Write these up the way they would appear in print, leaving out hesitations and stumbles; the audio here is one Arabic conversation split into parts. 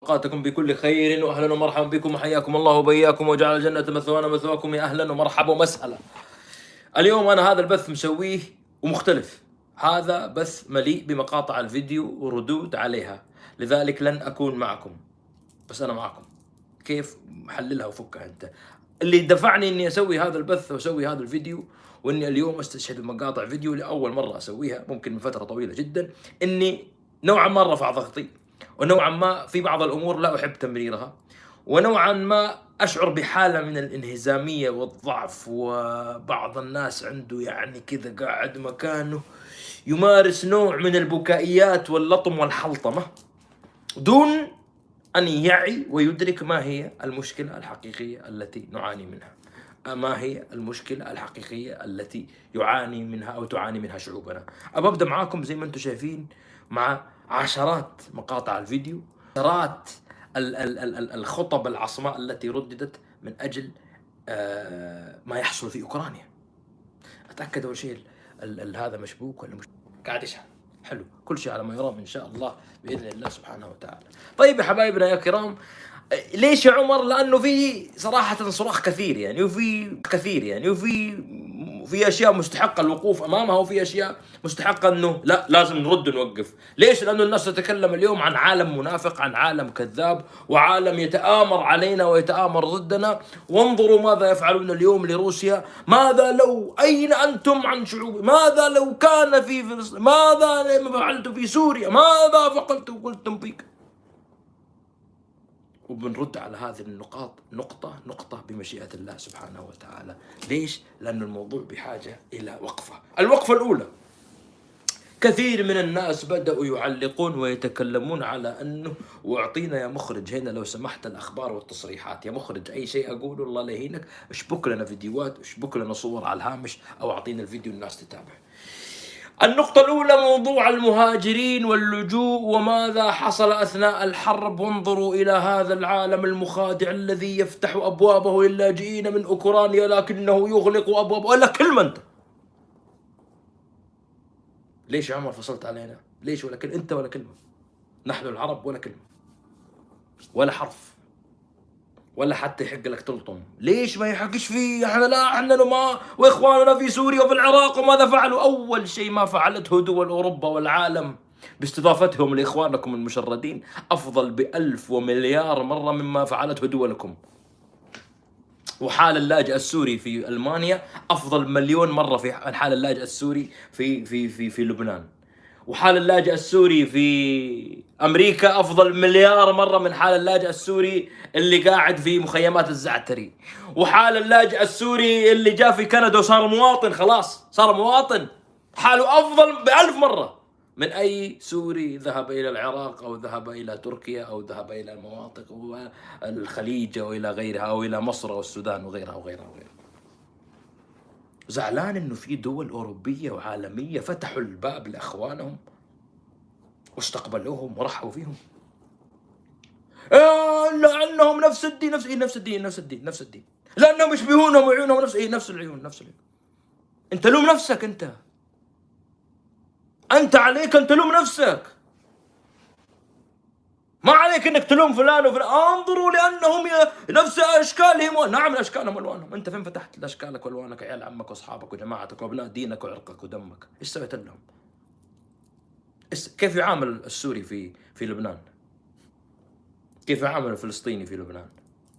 أوقاتكم بكل خير، وأهلا ومرحبا بكم وحياكم الله وبياكم وجعل الجنة مثوانا مثواكم، يا أهلا ومرحبا ومسهلا. اليوم أنا هذا البث مسويه ومختلف، هذا بث مليء بمقاطع الفيديو وردود عليها، لذلك لن أكون معكم، بس أنا معكم. كيف حللها وفكها أنت؟ اللي دفعني إني أسوي هذا البث وأسوي هذا الفيديو، وإني اليوم أستشهد بمقاطع فيديو لأول مرة أسويها ممكن من فترة طويلة جدا، إني نوعا ما رفع ضغطي، ونوعا ما في بعض الأمور لا أحب تمريرها، ونوعا ما أشعر بحالة من الانهزامية والضعف، وبعض الناس عنده يعني كذا قاعد مكانه يمارس نوع من البكائيات واللطم والحلطمة دون أن يعي ويدرك ما هي المشكلة الحقيقية التي نعاني منها، ما هي المشكلة الحقيقية التي يعاني منها أو تعاني منها شعوبنا. أبدأ معاكم زي ما أنتم شايفين مع عشرات مقاطع الفيديو، عشرات الخطب العصماء التي رددت من أجل ما يحصل في أوكرانيا. أتأكد أول شيء هذا مشبوك ولا مش قاعد يشحن. حلو، كل شيء على ما يرام إن شاء الله بإذن الله سبحانه وتعالى. طيب يا حبايبنا يا كرام، ليش يا عمر؟ لأنه في صراحة صراخ كثير يعني، وفي أشياء مستحقة الوقوف أمامها، وفي أشياء مستحقة أنه لا لازم نرد ونوقف. ليش؟ لأنه الناس تتكلم اليوم عن عالم منافق، عن عالم كذاب، وعالم يتآمر علينا ويتآمر ضدنا. وانظروا ماذا يفعلون اليوم لروسيا، ماذا لو أين أنتم عن شعوب، ماذا لو كان في فلسطين، ماذا فعلتم في سوريا، ماذا فقلتم قلتم فيك. وبنرد على هذه النقاط نقطة بمشيئة الله سبحانه وتعالى. ليش؟ لأن الموضوع بحاجة إلى وقفة. الوقفة الأولى، كثير من الناس بدأوا يعلقون ويتكلمون على أنه، واعطينا يا مخرج هنا لو سمحت الأخبار والتصريحات، يا مخرج أي شيء أقوله الله لا يهينك اشبك لنا فيديوهات، اشبك لنا صور على الهامش، أو أعطينا الفيديو الناس تتابع. النقطة الأولى موضوع المهاجرين واللجوء وماذا حصل أثناء الحرب. وانظروا إلى هذا العالم المخادع الذي يفتح أبوابه للاجئين من أوكرانيا لكنه يغلق أبوابه. ولا كلمة أنت. ليش يا عمر فصلت علينا؟ ليش ولا كلمة؟ أنت ولا كلمة. نحن العرب ولا كلمة ولا حرف، ولا حتى يحق لك تلطم. ليش ما يحقش فيه؟ احنا لا، احنا ما واخواننا في سوريا وفي العراق وماذا فعلوا؟ اول شيء ما فعلته دول اوروبا والعالم باستضافتهم لاخوانكم المشردين افضل ب1000 ومليار مرة مما فعلته دولكم. وحال اللاجئ السوري في المانيا افضل مليون مرة في حال اللاجئ السوري في لبنان. وحال اللاجئ السوري في أمريكا أفضل مليار مرة من حال اللاجئ السوري اللي قاعد في مخيمات الزعتري. وحال اللاجئ السوري اللي جاء في كندا وصار مواطن، خلاص صار مواطن، حاله أفضل ب1000 مرة من أي سوري ذهب إلى العراق أو ذهب إلى تركيا أو ذهب إلى المناطق الخليج أو إلى غيرها أو إلى مصر أو السودان وغيرها وغيرها وغيرها. زعلان إنه في دول أوروبية وعالمية فتحوا الباب لأخوانهم واستقبلوهم ورحبوا فيهم. لأنهم نفس الدين، نفس الدين، لأنهم يشبهونهم وعيونهم نفس العيون. أنت لوم نفسك، أنت عليك أن تلوم نفسك، ما عليك انك تلوم فلان وفلان. انظروا لانهم نفس اشكالهم. نعم اشكالهم والوانهم. انت فين فتحت اشكالك والوانك؟ عيال عمك واصحابك وجماعتك وابناء دينك وعرقك ودمك، ايش سويت لهم؟ كيف يعامل السوري في لبنان؟ كيف يعامل الفلسطيني في لبنان؟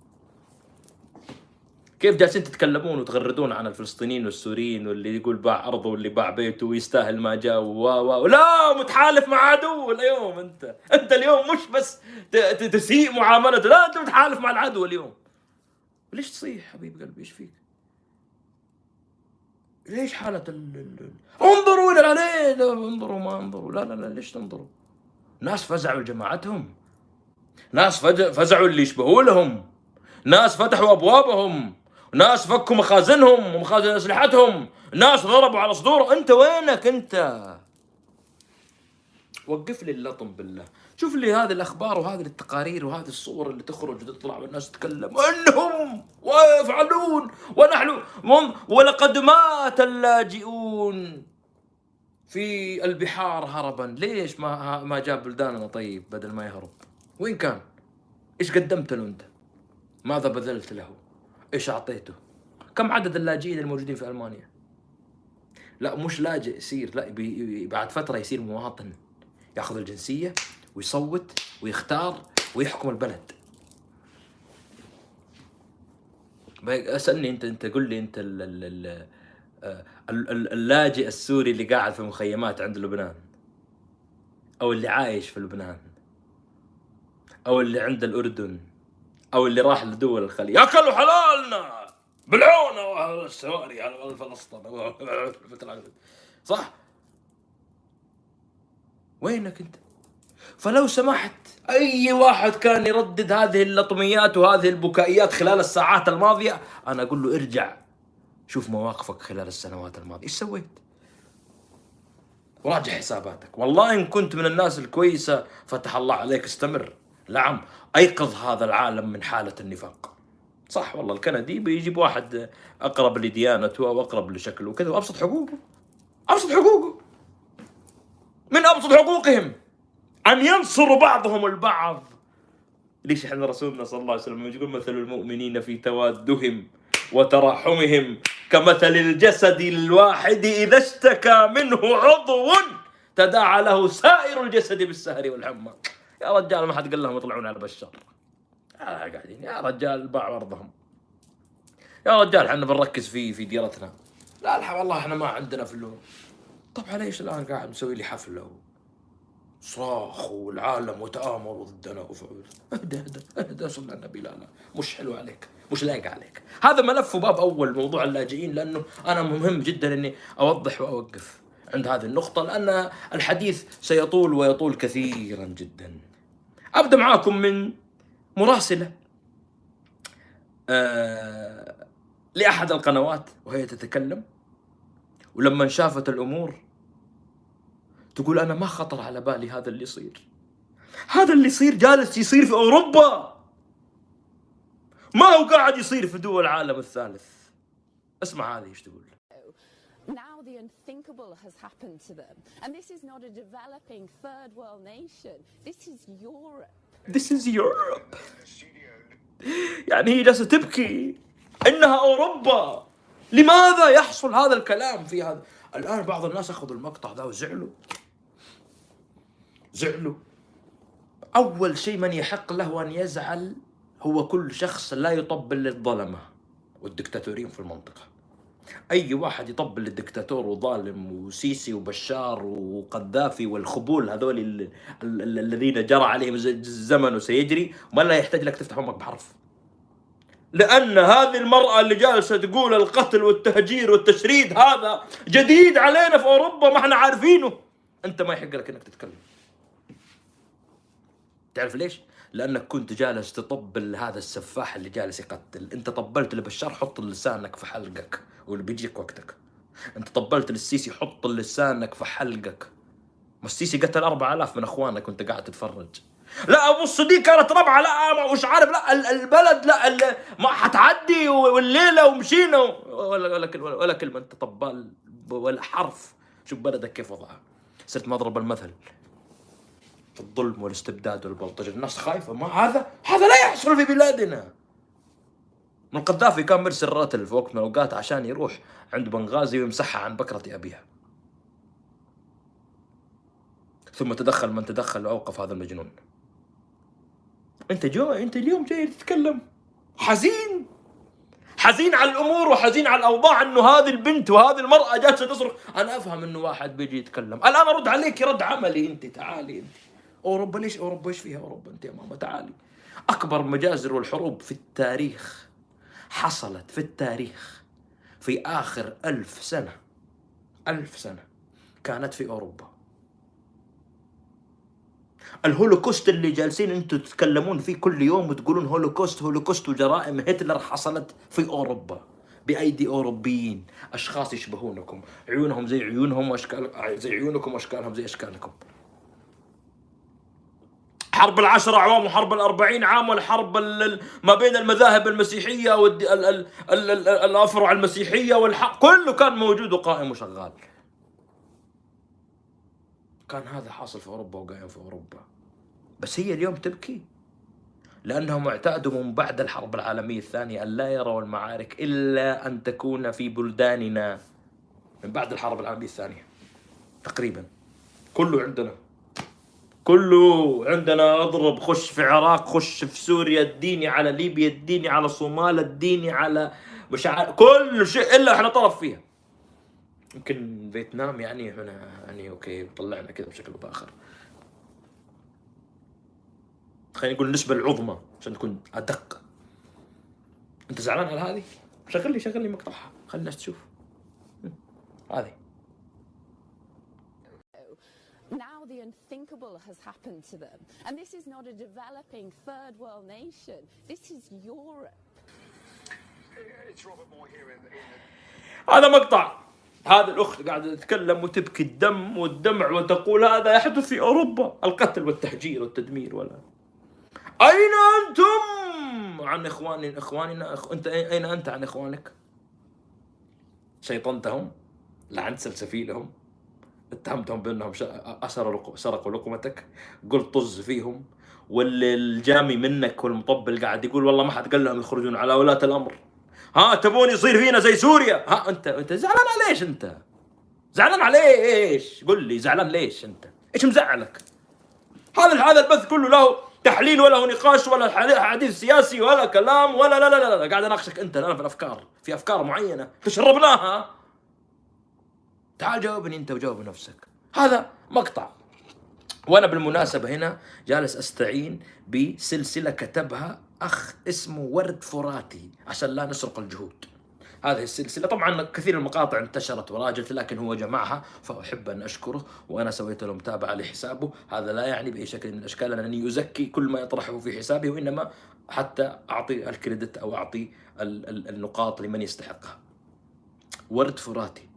كيف جالسين تتكلمون وتغردون عن الفلسطينيين والسوريين، واللي يقول باع ارضه واللي باع بيته ويستاهل ما جاء لا متحالف مع عدو اليوم. انت اليوم مش بس تسيء معاملته، لا انت متحالف مع العدو اليوم. ليش تصيح حبيب قلبي؟ ايش فيك؟ ليش حالة انظروا الى العليل، انظروا ما انظروا، لا ليش تنظروا؟ ناس فزعوا جماعتهم، ناس فزعوا اللي يشبهوا لهم، ناس فتحوا ابوابهم، ناس فكوا مخازنهم ومخازن اسلحتهم، ناس ضربوا على صدوره. انت وينك انت؟ وقف لي اللطم بالله. شوف لي هذه الاخبار وهذه التقارير وهذه الصور اللي تخرج وتطلع والناس تتكلم انهم ويفعلون ونحن ولقد مات اللاجئون في البحار هربا. ليش ما جاب بلداننا طيب بدل ما يهرب؟ وين كان؟ ايش قدمت له انت؟ ماذا بذلت له؟ ايش اعطيته؟ كم عدد اللاجئين الموجودين في المانيا؟ لا مش لاجئ يصير، لا بعد فتره يصير مواطن، ياخذ الجنسيه ويصوت ويختار ويحكم البلد. اسالني انت قل لي انت اللاجئ السوري اللي قاعد في مخيمات عند لبنان، او اللي عايش في لبنان، او اللي عند الاردن، او اللي راح لدول الخليج، اكلوا حلالنا بالعونه وعلى السواري على فلسطين صح؟ وينك انت؟ فلو سمحت اي واحد كان يردد هذه اللطميات وهذه البكائيات خلال الساعات الماضيه، انا اقول له ارجع شوف مواقفك خلال السنوات الماضيه، ايش سويت؟ وراجع حساباتك. والله ان كنت من الناس الكويسه فتح الله عليك استمر، نعم ايقظ هذا العالم من حاله النفاق. صح والله الكندي بيجيب واحد اقرب لديانته او اقرب لشكله وكذا، وابسط حقوقه، ابسط حقوقه، من ابسط حقوقهم ان ينصروا بعضهم البعض. ليش احنا رسولنا صلى الله عليه وسلم يقول مثل المؤمنين في توادهم وتراحمهم كمثل الجسد الواحد اذا اشتكى منه عضو تداعى له سائر الجسد بالسهر والحمى. يا رجال ما حد قال لهم يطلعون على بشار، قاعدين يا رجال باعوا ارضهم، يا رجال احنا بنركز في ديرتنا. لا والله احنا ما عندنا فلوس. طب ليش الان قاعد مسوي لي حفله صراخ والعالم وتآمر ضدنا وفعول؟ اهدى صلى على النبي. لا مش حلو عليك، مش لايق عليك. هذا ملف باب اول موضوع اللاجئين، لانه انا مهم جدا اني اوضح واوقف عند هذه النقطه، لان الحديث سيطول ويطول كثيرا جدا. ابدا معاكم من مراسله لاحد القنوات وهي تتكلم، ولما شافت الامور تقول انا ما خطر على بالي هذا اللي يصير، هذا اللي يصير جالس يصير في اوروبا، ما هو قاعد يصير في دول العالم الثالث. اسمع هذه ايش تقول. Now the unthinkable has happened to them, and this is not a developing third world nation. This is Europe. This is Europe. يعني هي جالسة تبكي انها اوروبا. لماذا يحصل هذا الكلام في هذا؟ الان بعض الناس اخذوا المقطع ذا وزعلوا. اول شيء من يحق له ان يزعل هو كل شخص لا يطبل للظلمه والدكتاتورين في المنطقه. اي واحد يطبل للدكتاتور وظالم وسيسي وبشار وقذافي والخبول هذول الذين جرى عليهم الزمن وسيجري، ما لا يحتاج لك تفتح فمك بحرف، لأن هذه المرأة اللي جالسة تقول القتل والتهجير والتشريد هذا جديد علينا في أوروبا، ما احنا عارفينه. أنت ما يحق لك أنك تتكلم. تعرف ليش؟ لأنك كنت جالس تطبل هذا السفاح اللي جالس يقتل. أنت طبلت لبشار حط لسانك في حلقك واللي بيجيك وقتك. أنت طبلت للسيسي حط لسانك في حلقك. ما السيسي قتل 4000 من أخوانك وأنت قاعد تتفرج. لا ابو الصديق كانت ربعه، لا مش عارف، لا البلد لا ما حتعدي والليله ومشينا ولا كلمه. انت طبال ولا حرف. شوف بلدك كيف وضعها. صرت مضرب المثل في الظلم والاستبداد والبلطجه. الناس خايفه، ما هذا لا يحصل في بلادنا. من القذافي كان مرسل راتل في وقت من الاوقات عشان يروح عند بنغازي ويمسحها عن بكره ابيها، ثم تدخل من تدخل واوقف هذا المجنون. انت اليوم جاي تتكلم حزين على الامور وحزين على الاوضاع، انه هذه البنت وهذه المراه جالسه تصرخ. انا افهم انه واحد بيجي يتكلم. الان ارد عليك رد عملي. انت تعالي، انت اوروبا ليش اوروبا؟ ايش فيها اوروبا؟ انت يا ماما تعالي. اكبر مجازر والحروب في التاريخ حصلت في التاريخ في اخر 1000 سنه، 1000 سنه كانت في اوروبا. الهولوكوست اللي جالسين انتم تتكلمون فيه كل يوم وتقولون هولوكوست وجرائم هتلر حصلت في اوروبا بايدي اوروبيين، اشخاص يشبهونكم، عيونهم زي عيونهم واشكال زي عيونكم واشكالهم زي اشكالكم. حرب ال10 أعوام وحرب ال40 عام والحرب ما بين المذاهب المسيحيه والافرع المسيحيه والحق كله كان موجود وقائم وشغال. كان هذا حاصل في أوروبا وقايم في أوروبا. بس هي اليوم تبكي لأنهم اعتادوا من بعد الحرب العالمية الثانية أن لا يروا المعارك إلا أن تكون في بلداننا. من بعد الحرب العالمية الثانية تقريبا كله عندنا اضرب، خش في العراق، خش في سوريا، اديني على ليبيا، اديني على صومال، اديني على كل شيء الا احنا طرف فيها. يمكن فيتنام يعني اوكي طلعنا كذا بشكل باخر. خلينا نقول النسبة العظمى عشان تكون ادق. انت زعلان على هذه؟ شغل لي مقطعها خلي الناس تشوف. هذه Now the unthinkable has happened to them. And this is not a developing third world nation. This is Europe. هذا مقطع. هذا الأخت قاعدة تتكلم وتبكي الدم والدمع وتقول هذا يحدث في أوروبا، القتل والتهجير والتدمير. ولا أين أنتم عن إخواننا؟ أنت أين أنت عن إخوانك؟ شيطنتهم، لعنت سلسفيلهم، اتهمتهم بأنهم سرقوا لقمتك، قلت طز فيهم، والجامي منك والمطبل قاعد يقول والله ما حد قال لهم يخرجون على ولاة الأمر. ها تبون يصير فينا زي سوريا؟ ها أنت زعلان على ليش؟ أنت زعلان على إيش؟ قل لي زعلان ليش أنت؟ إيش مزعلك؟ هذا البث كله له تحليل ولا نقاش ولا حديث سياسي ولا كلام ولا لا قاعد اناقشك انت الان في الافكار، في افكار معينه تشربناها. تعال جاوبني انت وجاوب نفسك. هذا مقطع. وانا بالمناسبه هنا جالس استعين بسلسله كتبها اخ اسمه ورد فراتي عشان لا نسرق الجهود. هذه السلسلة طبعا كثير المقاطع انتشرت وراجت، لكن هو جمعها فأحب أن أشكره، وأنا سويت له متابعة لحسابه. هذا لا يعني بأي شكل من الأشكال أنني أزكي كل ما يطرحه في حسابي، وإنما حتى أعطي الكريدت أو أعطي النقاط لمن يستحقها. ورد فراتي: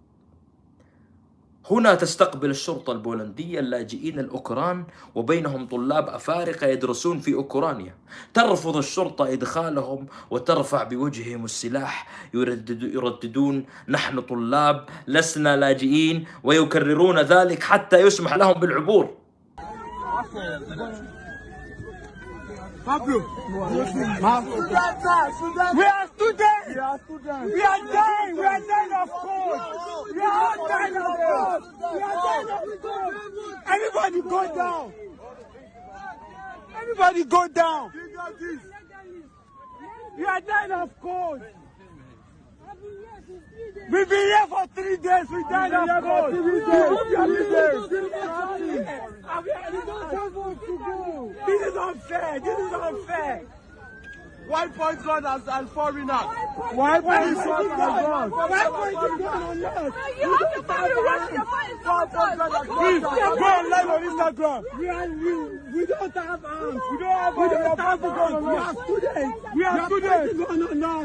هنا تستقبل الشرطة البولندية اللاجئين الأوكران وبينهم طلاب أفارقة يدرسون في أوكرانيا. ترفض الشرطة إدخالهم وترفع بوجههم السلاح، يرددون نحن طلاب لسنا لاجئين، ويكررون ذلك حتى يسمح لهم بالعبور. Pablo, we are students. We are dying of cold. We are all dying of cold. We are dying of cold. Everybody go down. Everybody go down. We are dying of cold. We've been here for 3 days. We died of cold. We don't have what to go. This is unfair. This is unfair. 1 point gun as foreigners. 1 point gun as gun. 1 point gun on us. You have to find a Russian. Please go online on Instagram. We don't have arms. We don't have gun on us. We are students. We are students. On us.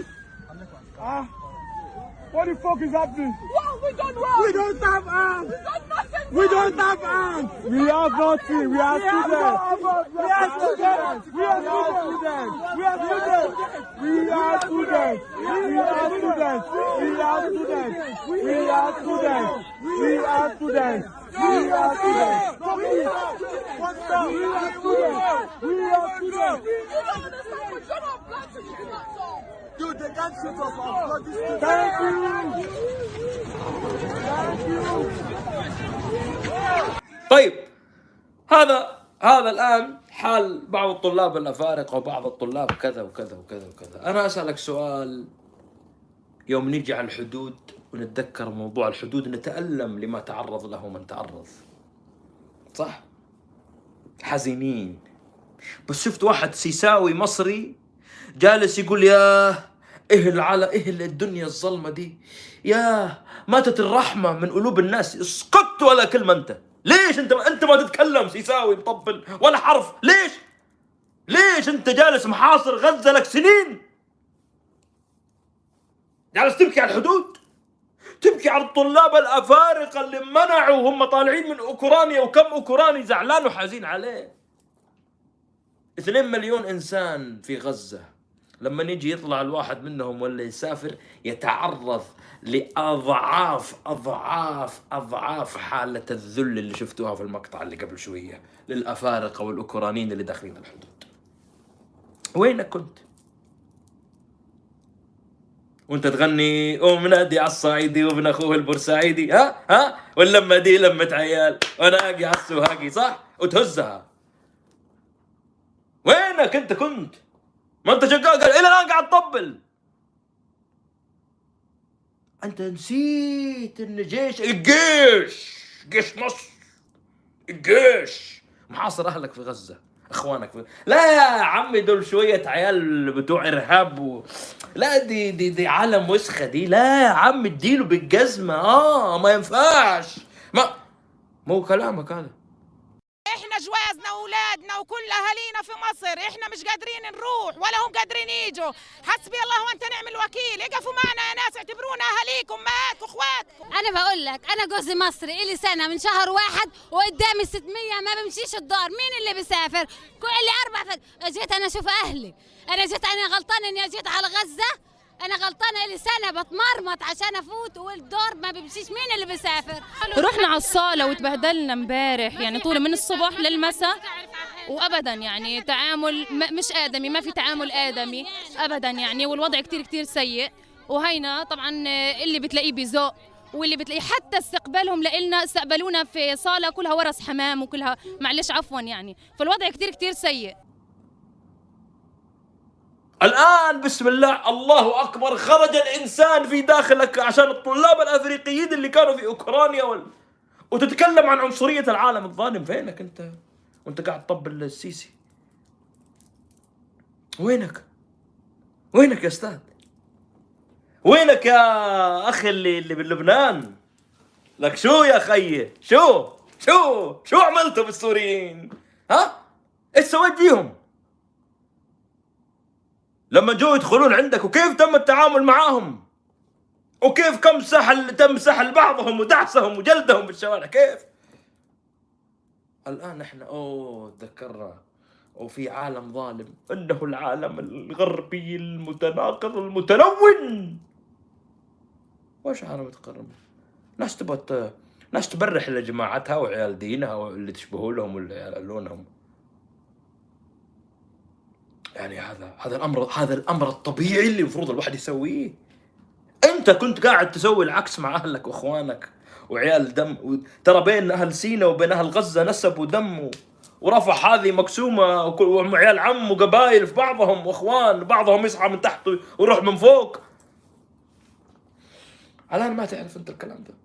What the fuck is happening? Well, we don't have arms. We don't have arms. We have nothing. We are students. We are students. We are students. We are students. We are students. We are students. We are students. We are students. We are students. We are students. What's up? We are students. We are students. You don't understand. We're trying to blood to you. Dude, they can't shoot us off. Thank you. Thank you. طيب هذا الآن حال بعض الطلاب الأفارقة وبعض الطلاب كذا وكذا وكذا وكذا. أنا أسألك سؤال: يوم نيجي على الحدود ونتذكر موضوع الحدود نتألم لما تعرض له من تعرض، صح؟ حزينين. بس شفت واحد سيساوي مصري جالس يقول ياه إهل الدنيا الظلمة دي، ياه ماتت الرحمة من قلوب الناس. اسكت ولا كلمة أنت. ليش أنت ما تتكلم سيساوي مطبل ولا حرف؟ ليش أنت جالس محاصر غزة لك سنين جالس تبكي على الحدود؟ تبكي على الطلاب الأفارقة اللي منعوا وهم طالعين من أوكرانيا، وكم أوكراني زعلان وحزين عليه. 2 مليون إنسان في غزة، لما يجي يطلع الواحد منهم ولا يسافر يتعرض لأضعاف حالة الذل اللي شفتوها في المقطع اللي قبل شوية للأفارقة والأوكرانيين اللي داخلين الحدود. وينك كنت؟ وانت تغني ومنادي على الصعيدي وابن اخوه البورسعيدي، ها واللمه دي لمه عيال وانا اجي على السوهاقي، صح؟ وتهزها. وينك انت كنت؟ ما انت شقاق الى الان قاعد تطبل. انت نسيت ان جيش مصر، الجيش محاصر اهلك في غزه، اخوانك في... لا يا عمي دول شويه عيال بتوع ارهاب لا دي عالم وسخه دي. لا يا عم اديله بالجزمه، ما ينفعش. مو كلامك هذا. احنا جوازنا واولادنا وكل اهالينا في مصر، احنا مش قادرين نروح ولا هم قادرين يجوا. حسبي الله وانت نعم الوكيل. اقفوا معنا يا ناس، اعتبرونا اهاليكم، امهاتكم، اخواتكم. انا بقول لك انا جوزي مصري الي سنه من شهر واحد وقدامي 600 ما بمشيش الدار. مين اللي بيسافر؟ كل 4 جيت انا اشوف اهلي. انا غلطانه اني جيت على غزه. انا غلطانه لي سنه بتمرمط عشان افوت والدور ما بيمشيش. مين اللي بيسافر؟ رحنا على الصاله وتبهدلنا امبارح، يعني طول من الصبح للمساء، وابدا يعني تعامل مش ادمي، ما في تعامل ادمي ابدا يعني، والوضع كتير سيء. وهينا طبعا اللي بتلاقيه بذوق واللي بتلاقيه حتى استقبالهم لنا، استقبلونا في صاله كلها ورس حمام وكلها معلش عفوا يعني، فالوضع كتير سيء. الآن بسم الله الله أكبر خرج الإنسان في داخلك عشان الطلاب الأفريقيين اللي كانوا في أوكرانيا وتتكلم عن عنصرية العالم الظالم. فينك أنت وأنت قاعد تطبل السيسي؟ وينك يا أستاذ؟ وينك يا أخي اللي بلبنان؟ لك شو يا خيي؟ شو عملتوا بالسوريين؟ إيش سويت فيهم؟ لما جو يدخلون عندك وكيف تم التعامل معاهم؟ وكيف تم سحل بعضهم ودعسهم وجلدهم بالشوارع؟ كيف؟ الآن احنا تذكرنا وفي عالم ظالم، انه العالم الغربي المتناقض المتلون. وش عالم متقرب؟ ناس تبرح لجماعتها وعيال دينها واللي تشبهوا لهم واللي يعلونهم. يعني هذا الامر الطبيعي اللي المفروض الواحد يسويه. انت كنت قاعد تسوي العكس مع اهلك واخوانك وعيال دم. ترى بين اهل سينا وبين اهل غزه نسب ودم، ورفح هذه مقسومه وعيال عم وقبائل في بعضهم واخوان، بعضهم يصحى من تحت ويروح من فوق. الان ما تعرف انت الكلام ده.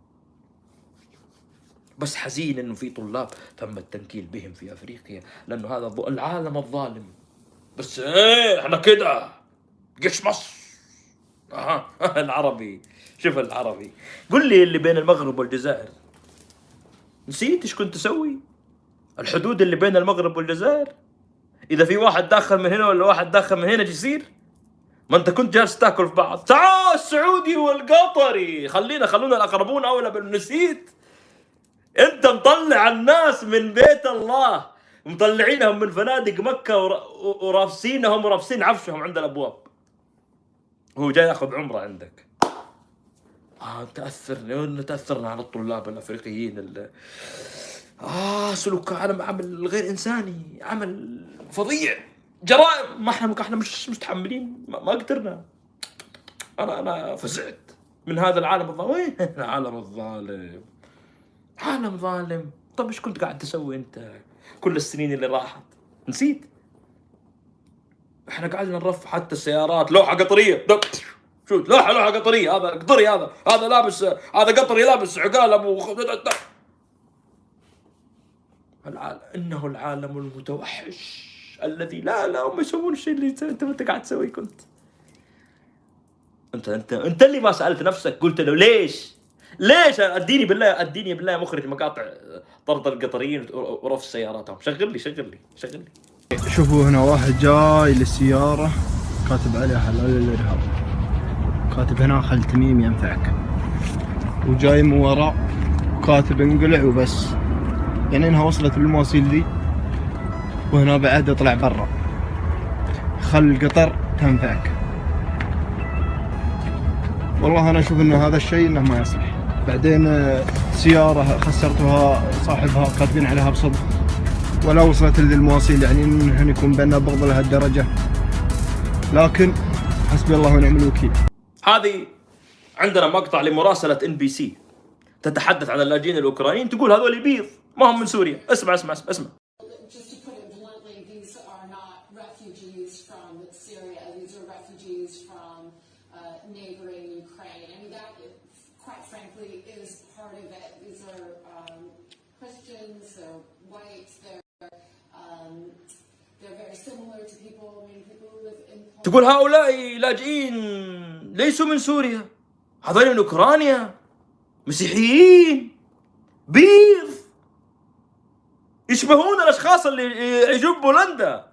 بس حزين انه في طلاب تم التنكيل بهم في افريقيا، لانه هذا العالم الظالم. بس احنا كده جيش مصر. العربي، شوف العربي. قل لي اللي بين المغرب والجزائر، نسيت ايش كنت تسوي؟ الحدود اللي بين المغرب والجزائر، اذا في واحد داخل من هنا ولا واحد داخل من هنا ايش يصير؟ ما انت كنت جالس تاكل في بعض. تعال السعودي والقطري، خلونا الاقربون اولى بالنسيت. انت مطلع الناس من بيت الله، مطلعينهم من فنادق مكة ورافسينهم ورافسين عفشهم عند الابواب. هو جاي ياخذ عمره عندك. تأثرنا على الطلاب الافريقيين. سلوك عمل غير انساني، عمل فظيع، جرائم. ما احنا مش متحملين، ما قدرنا. انا فزعت من هذا العالم الظالم. وين العالم الظالم؟ عالم ظالم. طب ايش كنت قاعد تسوي انت كل السنين اللي راحت؟ نسيت؟ احنا قاعدين نرفع حتى السيارات لوحة قطرية. شوف لوحة قطرية، هذا قطري، هذا لابس، هذا قطري لابس عقال ابو. انه العالم المتوحش الذي لا هم يسوون الشيء اللي انت قاعد تسويه. كنت انت اللي ما سألت نفسك، قلت له ليش اديني بالله مخرج مقاطع طرد القطريين ورف سياراتهم. شغل لي. شوفوا هنا واحد جاي للسيارة كاتب عليها حلال الإرهاب، كاتب هنا خل تميم ينفعك، وجاي من وراء كاتب انقلع وبس. يعني انها وصلت بالمواصيل ذي، وهنا بعد اطلع برا خل القطر تنفعك. والله انا اشوف انه هذا الشيء انه ما يصلح. بعدين سيارة خسرتها صاحبها كاتبين عليها بصدق، ولا وصلت لذي المواصيل، يعني انه يكون بيننا بغض لهالدرجة. لكن حسبي الله ونعم الوكيل. هذه عندنا مقطع لمراسلة NBC تتحدث عن اللاجئين الأوكرانيين، تقول هذول بيض ما هم من سوريا. اسمع اسمع اسمع. Just to put it bluntly, these are not refugees from Syria. These are refugees from neighboring Ukraine. I mean, that, quite frankly, is part of it. These are Christians, they're white, they're very similar to people. I mean, people who live in. تقول هؤلاء لاجئين ليسوا من سوريا، هذول من أوكرانيا، مسيحيين، بيض، يشبهون الأشخاص اللي يجوا بولندا.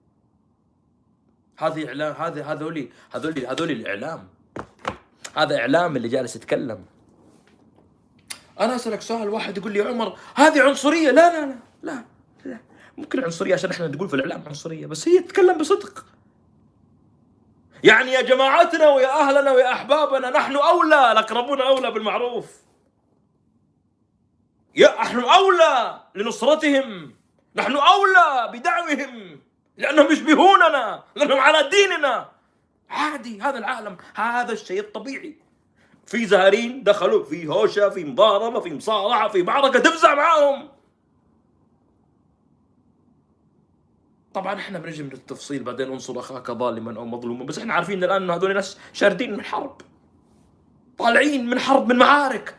هذه إعلام، هذول الإعلام، هذا إعلام اللي جالس يتكلم. أنا أسألك سؤال، واحد يقول لي عمر هذه عنصرية. لا لا لا لا لا، ممكن عنصرية عشان إحنا نقول في الإعلام عنصرية، بس هي تتكلم بصدق. يعني يا جماعتنا ويا أهلنا ويا أحبابنا، نحن أولى، الأقربون أولى بالمعروف. نحن أولى لنصرتهم، نحن أولى بدعمهم، لأنهم يشبهوننا، لأنهم على ديننا. عادي، هذا العالم، هذا الشيء الطبيعي. في زهرين دخلوا في هوشة، في مضاربة، في مصارعة، في معركة تفزع معاهم. طبعا احنا بنجي من التفصيل بعدين، انصر اخاك ظالما او مظلوما، بس احنا عارفين الان انه هذول ناس شاردين من حرب، طالعين من حرب، من معارك.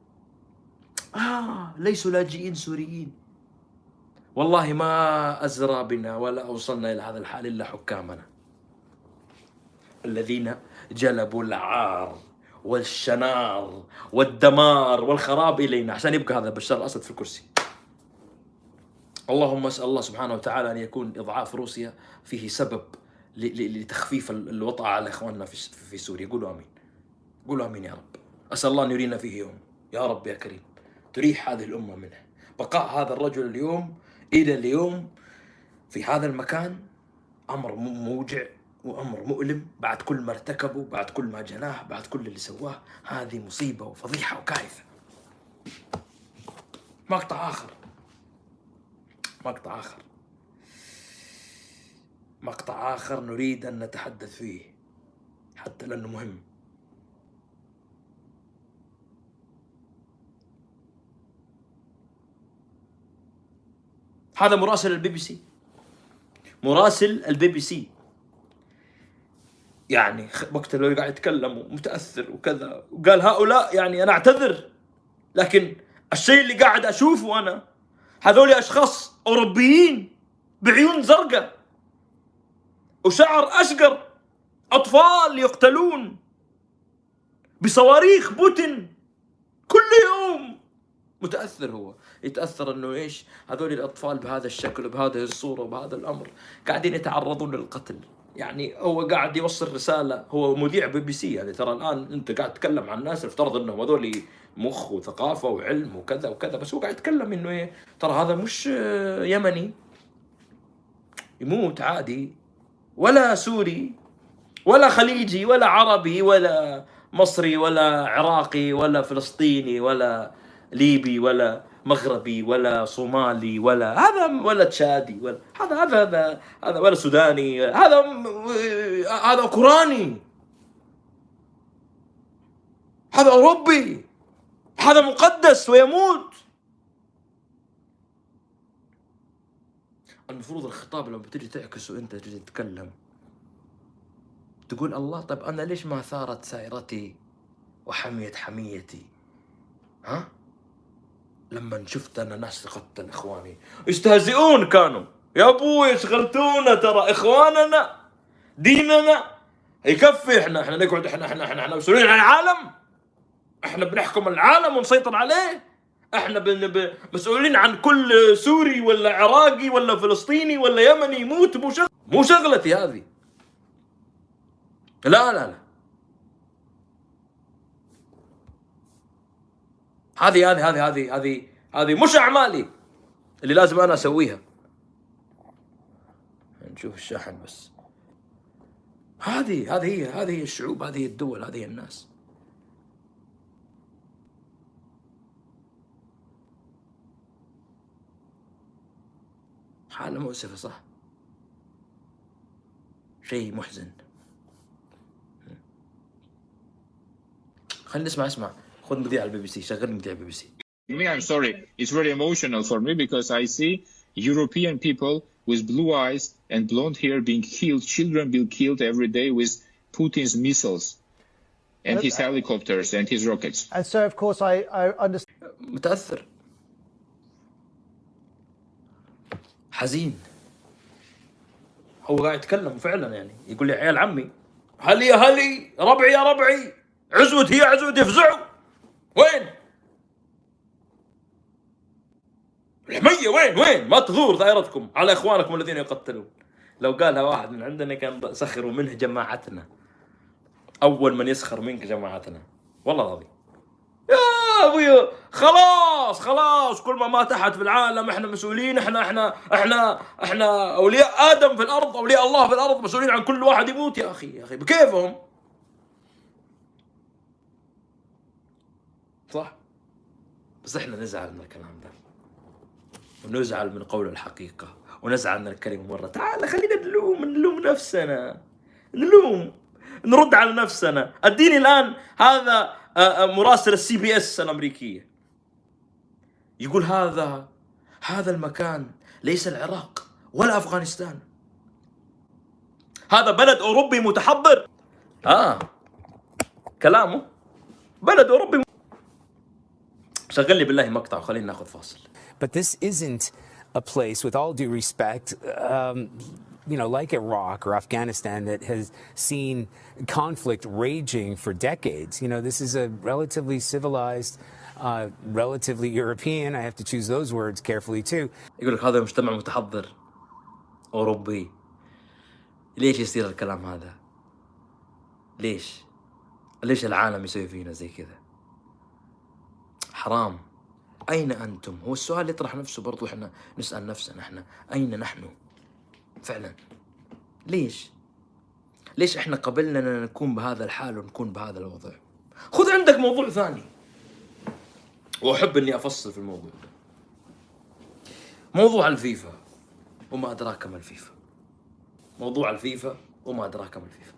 ليسوا لاجئين سوريين. والله ما أزرى بنا ولا أوصلنا إلى هذا الحال إلا حكامنا الذين جلبوا العار والشنار والدمار والخراب إلينا عشان يبقى هذا بشار الأسد في الكرسي. اللهم أسأل الله سبحانه وتعالى أن يكون إضعاف روسيا فيه سبب لتخفيف الوطأة على إخواننا في سوريا. قولوا آمين، قولوا آمين يا رب. أسأل الله أن يرينا فيه يوم يا رب يا كريم تريح هذه الأمة منه. بقاء هذا الرجل اليوم إلى اليوم في هذا المكان أمر موجع وأمر مؤلم، بعد كل ما ارتكبه، بعد كل ما جناه، بعد كل اللي سواه. هذه مصيبة وفضيحة وكارثة. مقطع آخر، مقطع آخر نريد أن نتحدث فيه حتى لأنه مهم. هذا مراسل البي بي سي، مراسل البي بي سي، يعني وقت اللي قاعد يتكلم ومتأثر وكذا، وقال هؤلاء، يعني أنا أعتذر، لكن الشيء اللي قاعد أشوفه أنا هذول أشخاص أوروبيين بعيون زرقاء وشعر أشقر، أطفال يقتلون بصواريخ بوتين كل يوم. متأثر، هو يتأثر انه ايش هذول الاطفال بهذا الشكل وبهذه الصورة وبهذا الامر قاعدين يتعرضون للقتل. يعني هو قاعد يوصل رسالة، هو مذيع بي بي سي. يعني ترى الان انت قاعد تتكلم عن ناس افترض انهم هذول مخ وثقافة وعلم وكذا وكذا، بس هو قاعد يتكلم انه ايه، ترى هذا مش يمني يموت عادي، ولا سوري ولا خليجي ولا عربي ولا مصري ولا عراقي ولا فلسطيني ولا ليبي ولا مغربي ولا صومالي ولا هذا ولا تشادي ولا هذا ولا سوداني، هذا أوكراني، هذا أوروبي، هذا مقدس ويموت. المفروض الخطاب لما بتجي تعكس وانت تجي تتكلم تقول الله، طيب أنا ليش ما ثارت سائرتي وحميت حميتي؟ ها؟ لما شفت أنا ناس تقتل إخواني يستهزئون، كانوا يا أبوي شغلتونا، ترى إخواننا ديننا يكفي، إحنا نقعد، إحنا مسؤولين عن العالم، إحنا بنحكم العالم ونسيطر عليه، إحنا مسؤولين عن كل سوري ولا عراقي ولا فلسطيني ولا يمني يموت. مو شغلتي هذه. لا لا لا، هذه مش أعمالي اللي لازم أنا أسويها. نشوف الشاحن بس. هذه هي الشعوب، هذه الدول، هذه الناس. حالة مؤسفة صح؟ شيء محزن. خلينا اسمع خذ مذيع البي بي سي، شغل مذيع البي بي سي. Me, I'm sorry. It's very emotional for me because I see European people with blue eyes and blonde hair being killed, children being killed every day with Putin's missiles and his helicopters and his rockets. And so, of course, I understand. متأثر، حزين. هو قاعد يتكلم فعلا، يعني يقول لي عيال عمي هلي يا هلي، ربعي يا ربعي، عزوتي يا عزوتي، افزعوا. وين الحمية؟ وين ما تثور ثائرتكم على اخوانكم الذين يقتلون. لو قالها واحد من عندنا كان سخروا منه جماعتنا. اول من يسخر منك جماعتنا والله العظيم. يا ابوي خلاص كل ما تحت في العالم احنا مسؤولين، احنا اولياء ادم في الارض، اولياء الله في الارض، مسؤولين عن كل واحد يموت. يا اخي بكيفهم؟ صح، بس احنا نزعل من الكلام ده، ونزعل من قول الحقيقة، ونزعل من الكلمة مرة. تعال خلينا نلوم نفسنا، نرد على نفسنا. اديني الآن هذا مراسل السي بي اس الأمريكية يقول هذا المكان ليس العراق ولا أفغانستان، هذا بلد أوروبي متحضر. كلامه بلد أوروبي. شغل لي بالله مقطع وخلينا ناخذ فاصل. But this isn't a place, with all due respect, like Iraq or Afghanistan, that has seen conflict raging for decades. This is a relatively civilized, relatively European, I have to choose those words carefully too. يقول لك هذا مجتمع متحضر أوروبي. ليش يصير الكلام هذا؟ ليش العالم يسوي فينا زي كذا؟ حرام. أين أنتم؟ هو السؤال يطرح نفسه برضو. إحنا نسأل نفسنا، إحنا أين نحن فعلا؟ ليش إحنا قبلنا أن نكون بهذا الحال ونكون بهذا الوضع؟ خذ عندك موضوع ثاني، وأحب أني أفصل في الموضوع ده. موضوع الفيفا وما أدراك ما الفيفا. موضوع الفيفا وما أدراك ما الفيفا.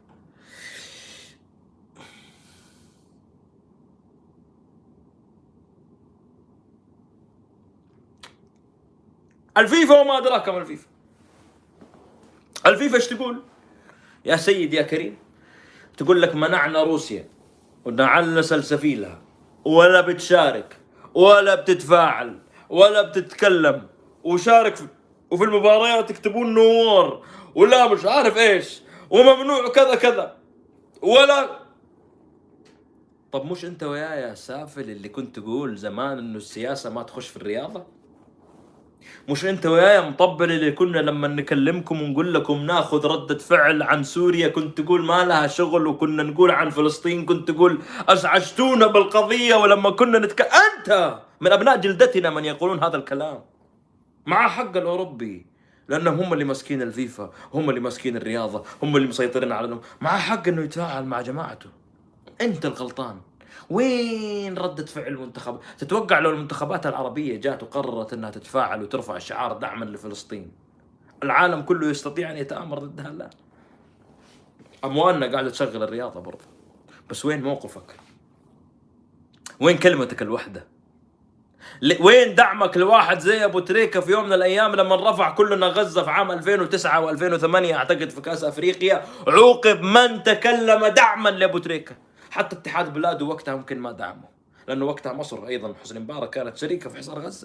الفيفا وما أدراك ما الفيفا. الفيفا ايش تقول يا سيد يا كريم؟ تقول لك منعنا روسيا ونعلنا سلسفيلها، ولا بتشارك ولا بتتفاعل ولا بتتكلم، وشارك وفي المباريات يكتبون نور ولا مش عارف ايش، وممنوع كذا كذا ولا. طب مش انت وياي يا سافل اللي كنت تقول زمان انه السياسة ما تخش في الرياضة؟ مش انت وياي مطبل اللي كنا لما نكلمكم ونقول لكم ناخذ ردة فعل عن سوريا كنت تقول ما لها شغل، وكنا نقول عن فلسطين كنت تقول ازعجتونا بالقضية، ولما كنا انت من ابناء جلدتنا من يقولون هذا الكلام. مع حق الاوروبي، لانهم هم اللي ماسكين الفيفا، هم اللي ماسكين الرياضة، هم اللي مسيطرين على مع حق انه يتفاعل مع جماعته. انت الغلطان. وين ردة فعل المنتخب؟ تتوقع لو المنتخبات العربية جات وقررت انها تتفاعل وترفع شعار دعما لفلسطين، العالم كله يستطيع ان يتآمر ضدها؟ لا. اموالنا قاعدة تشغل الرياضة برضه، بس وين موقفك؟ وين كلمتك الوحدة؟ وين دعمك لواحد زي ابو تريكة في يوم من الايام لما رفع كلنا غزة في عام 2009 و2008 اعتقد في كاس افريقيا، عوقب من تكلم دعما لابو تريكة. حتى اتحاد بلاده وقتها ممكن ما دعمه، لأنه وقتها مصر أيضا حسني مبارك كانت شريكة في حصار غزة.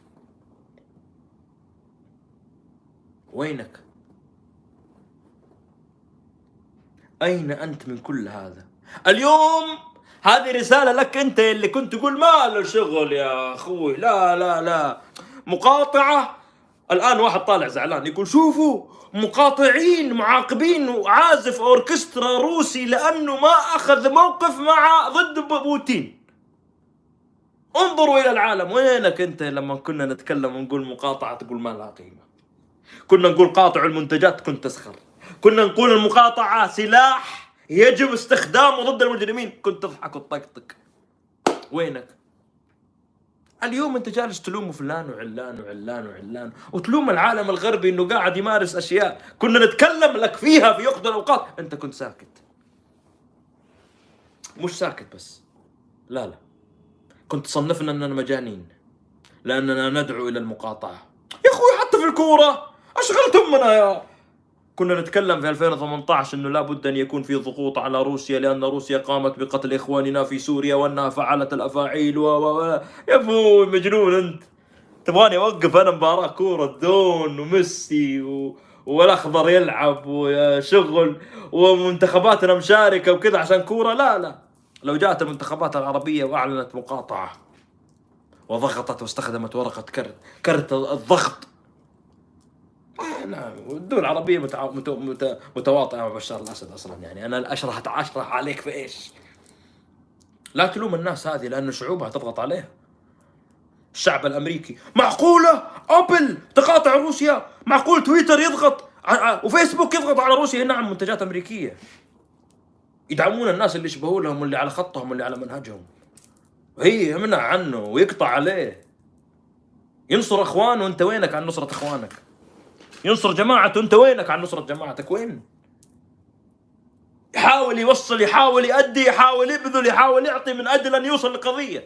وينك؟ أين أنت من كل هذا؟ اليوم هذه رسالة لك أنت اللي كنت تقول ما له شغل يا أخوي، لا مقاطعة. الآن واحد طالع زعلان يقول شوفوا مقاطعين معاقبين وعازف أوركسترا روسي لأنه ما أخذ موقف ضد بوتين. انظروا إلى العالم. وينك أنت لما كنا نتكلم ونقول مقاطعة تقول ما لها قيمة؟ كنا نقول قاطعوا المنتجات كنت تسخر، كنا نقول المقاطعة سلاح يجب استخدامه ضد المجرمين كنت تضحك وتطقطق. وينك؟ اليوم انت جالس تلوم فلان وعلان وتلوم العالم الغربي انه قاعد يمارس اشياء كنا نتكلم لك فيها في وقت الاوقات، انت كنت ساكت. مش ساكت بس، لا كنت تصنفنا أننا مجانين لأننا ندعو إلى المقاطعة. يا أخوي حتى في الكورة أشغلت أمنا يا. كنا نتكلم في 2018 أنه لابد أن يكون في ضغوط على روسيا لأن روسيا قامت بقتل إخواننا في سوريا وأنها فعلت الأفاعيل يا أبوي مجنون أنت. تبغاني أوقف أنا مباراة كورة دون وميسي والأخضر يلعب وشغل ومنتخباتنا مشاركة وكذا عشان كورة؟ لا. لو جاءت المنتخبات العربية وأعلنت مقاطعة وضغطت واستخدمت ورقة كرت الضغط، نعم. والدول العربية متواطئة مع بشار الأسد أصلا. يعني أنا أشرح عليك في إيش؟ لا تلوم الناس هذه لأن شعوبها تضغط عليها. الشعب الأمريكي معقولة أبل تقاطع روسيا؟ معقول تويتر يضغط وفيسبوك يضغط على روسيا؟ نعم، منتجات أمريكية يدعمون الناس اللي يشبهوا لهم واللي على خطهم واللي على منهجهم، وهي يمنع عنه ويقطع عليه. ينصر أخوانه وأنت وينك عن نصرة أخوانك؟ ينصر جماعته وأنت وينك عن نصرة جماعتك؟ وين؟ يحاول يوصل، يحاول يؤدي، يحاول يبذل، يحاول يعطي من أجل أن يوصل لقضية.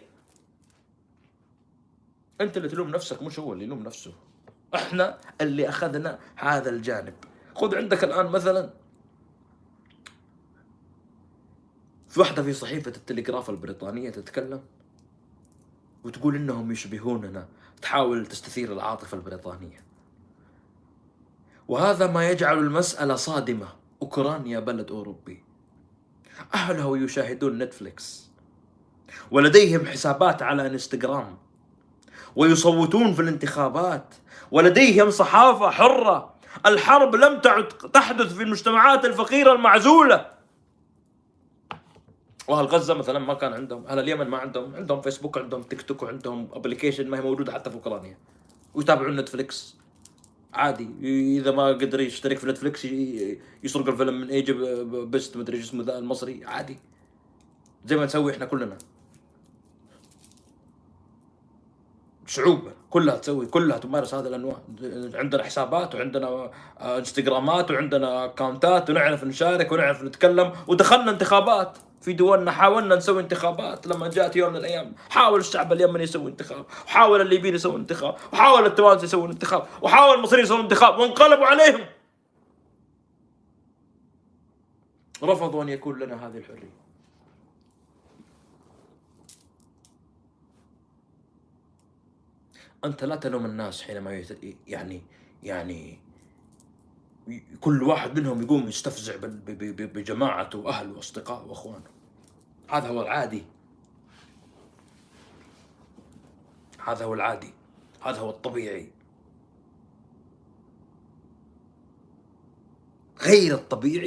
أنت اللي تلوم نفسك مش هو اللي يلوم نفسه. إحنا اللي أخذنا هذا الجانب. خذ عندك الآن مثلا في واحدة في صحيفة التلغراف البريطانية تتكلم وتقول إنهم يشبهوننا، تحاول تستثير العاطفة البريطانية، وهذا ما يجعل المسألة صادمة. أوكرانيا بلد أوروبي، أهله يشاهدون نتفليكس ولديهم حسابات على انستغرام ويصوتون في الانتخابات ولديهم صحافة حرة. الحرب لم تعد تحدث في المجتمعات الفقيرة المعزولة. وأهل غزة مثلا ما كان عندهم، أهل اليمن ما عندهم فيسبوك، عندهم تيك توك وعندهم أبليكيشن ما هي موجودة حتى في أوكرانيا، ويتابعون نتفليكس عادي. إذا ما قدر يشترك في نتفليكس يسرق الفيلم من ايجي بست مدري اسمه ذا المصري عادي، زي ما نسوي احنا كلنا. شعوب كلها تسوي، كلها تمارس هذه الانواع. عندنا حسابات وعندنا انستغرامات وعندنا اكونتات ونعرف نشارك ونعرف نتكلم. ودخلنا انتخابات في دولنا، حاولنا نسوي انتخابات. لما جاءت يوم من الايام حاول الشعب اليمني يسوي انتخاب، وحاول الليبيين يسوون انتخاب، وحاول التوانسه يسوون انتخاب، وحاول المصريين يسوون انتخاب، وانقلبوا عليهم. رفضوا ان يكون لنا هذه الحريه. أنت لا تلوم الناس حينما يعني كل واحد منهم يقوم يستفزع بجماعته وأهله وأصدقائه وأخوانه. هذا هو العادي، هذا هو العادي، هذا هو الطبيعي. غير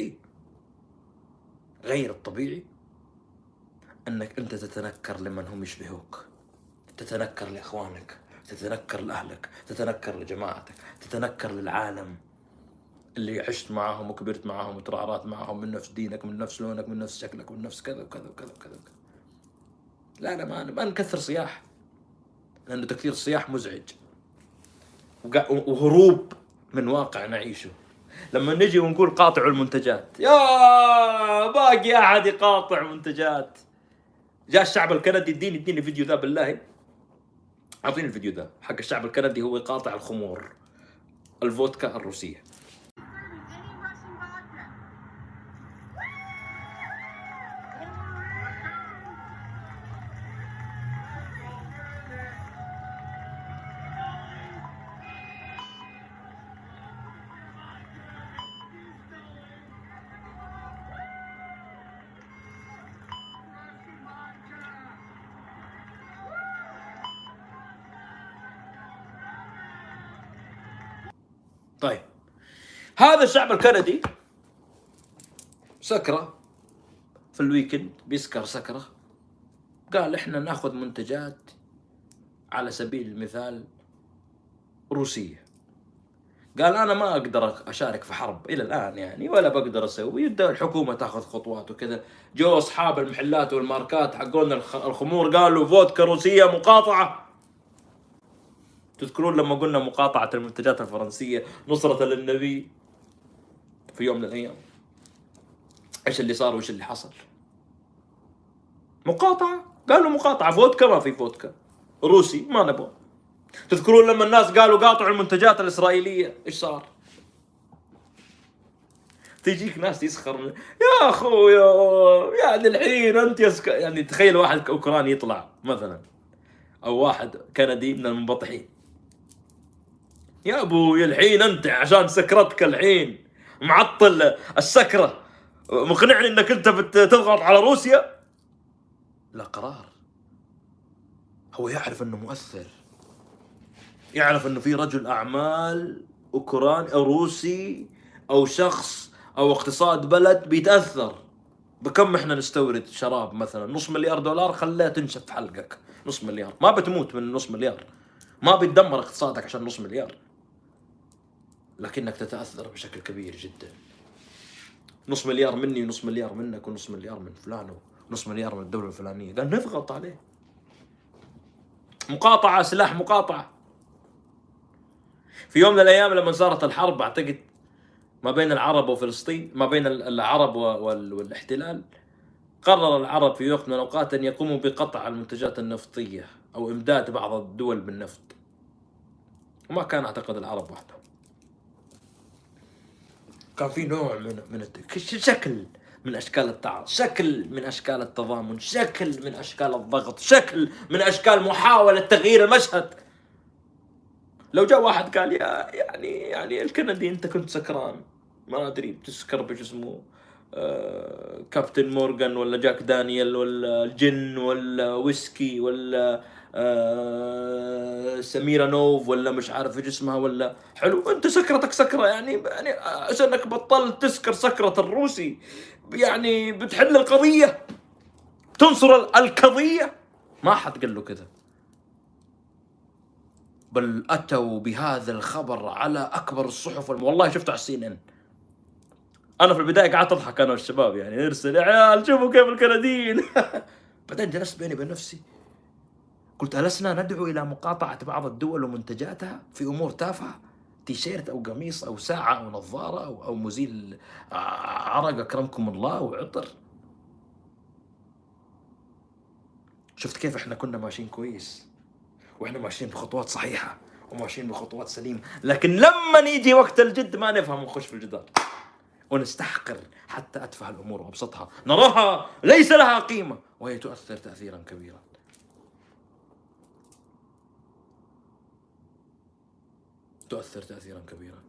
الطبيعي أنك أنت تتنكر لمن هم يشبهوك، تتنكر لإخوانك، تتنكر لأهلك، تتنكر لجماعتك، تتنكر للعالم اللي عشت معهم وكبرت معهم وترعرعت معهم، من نفس دينك، من نفس لونك، من نفس شكلك، من نفس كذا وكذا وكذا وكذا. لا ما نكثر صياح، لأنه تكثير الصياح مزعج وهروب من واقع نعيشه. لما نجي ونقول قاطعوا المنتجات، يا باقي أحد يقاطع منتجات. جاء الشعب الكندي، اديني الفيديو ذا بالله، أعطيني الفيديو ذا حق الشعب الكندي هو يقاطع الخمور، الفودكا الروسية. طيب هذا الشعب الكندي سكرة في الويكند، بيسكر سكرة، قال احنا ناخذ منتجات على سبيل المثال روسية. قال انا ما اقدر اشارك في حرب الى الان يعني، ولا بقدر اسوي، يبدا الحكومة تاخذ خطوات وكذا. جو اصحاب المحلات والماركات حقون الخمور قالوا فودكا روسية مقاطعة. تذكرون لما قلنا مقاطعة المنتجات الفرنسية نصرة للنبي في يوم من الأيام؟ إيش اللي صار وإيش اللي حصل؟ مقاطعة قالوا مقاطعة فودكا، ما في فودكا روسي ما نبغى. تذكرون لما الناس قالوا قاطعوا المنتجات الإسرائيلية إيش صار؟ تيجيك ناس يسخر من يا أخويا يعني الحين أنت يعني تخيل واحد أوكراني يطلع مثلا أو واحد كندي من المنبطحين، يا أبوي الحين أنت عشان سكرتك الحين معطل السكرة مقنعني أنك أنت بتضغط على روسيا. لا قرار، هو يعرف أنه مؤثر، يعرف أنه في رجل أعمال أوكراني أو روسي أو شخص أو اقتصاد بلد بيتأثر. بكم إحنا نستورد شراب مثلا $500 مليار، خليها تنشف حلقك. $500 مليار ما بتموت من $500 مليار، ما بيتدمر اقتصادك عشان $500 مليار، لكنك تتأثر بشكل كبير جدا. $500 مليار مني و$500 مليار منك و$500 مليار من فلان و$500 مليار من الدولة الفلانية، قال نضغط عليه. مقاطعة، سلاح مقاطعة. في يوم من الأيام لما صارت الحرب أعتقد ما بين العرب وفلسطين، ما بين العرب والاحتلال، قرر العرب في وقت من الأوقات أن يقوموا بقطع المنتجات النفطية أو إمداد بعض الدول بالنفط، وما كان أعتقد العرب وحدهم. كان في نوع من شكل من أشكال التعاطي، شكل من أشكال التضامن، شكل من أشكال الضغط، شكل من أشكال محاولة تغيير المشهد. لو جاء واحد قال يعني الكندي أنت كنت سكران، ما أدري بتسكر بش اسمه كابتن مورغان ولا جاك دانيال ولا الجن ولا ويسكي ولا سميرة نوف ولا مش عارف ايش اسمها، ولا حلو انت سكرتك سكرة يعني عشانك بطلت تسكر سكرة الروسي يعني بتحل القضية، تنصر القضية. ما حد قال له كذا، بل أتوا بهذا الخبر على أكبر الصحف والله شفته على CNN. أنا في البداية قعدت أضحك أنا والشباب، يعني نرسل يا عيال شوفوا كيف الكنديين. بعدين جلست بيني وبين نفسي قلت ألسنا ندعو إلى مقاطعة بعض الدول ومنتجاتها في أمور تافهة؟ تيشيرت أو قميص أو ساعة أو نظارة أو مزيل عرق أكرمكم الله وعطر. شفت كيف إحنا كنا ماشيين كويس وإحنا ماشيين بخطوات صحيحة وماشيين بخطوات سليمة، لكن لما يجي وقت الجد ما نفهم ونخش في الجدار ونستحقر حتى أتفه الأمور وأبسطها، نراها ليس لها قيمة وهي تؤثر تأثيرا كبيرا. تؤثر تأثيرا كبيرا.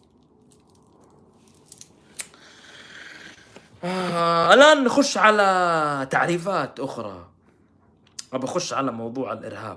الآن نخش على تعريفات أخرى. أبى أخش على موضوع الإرهاب.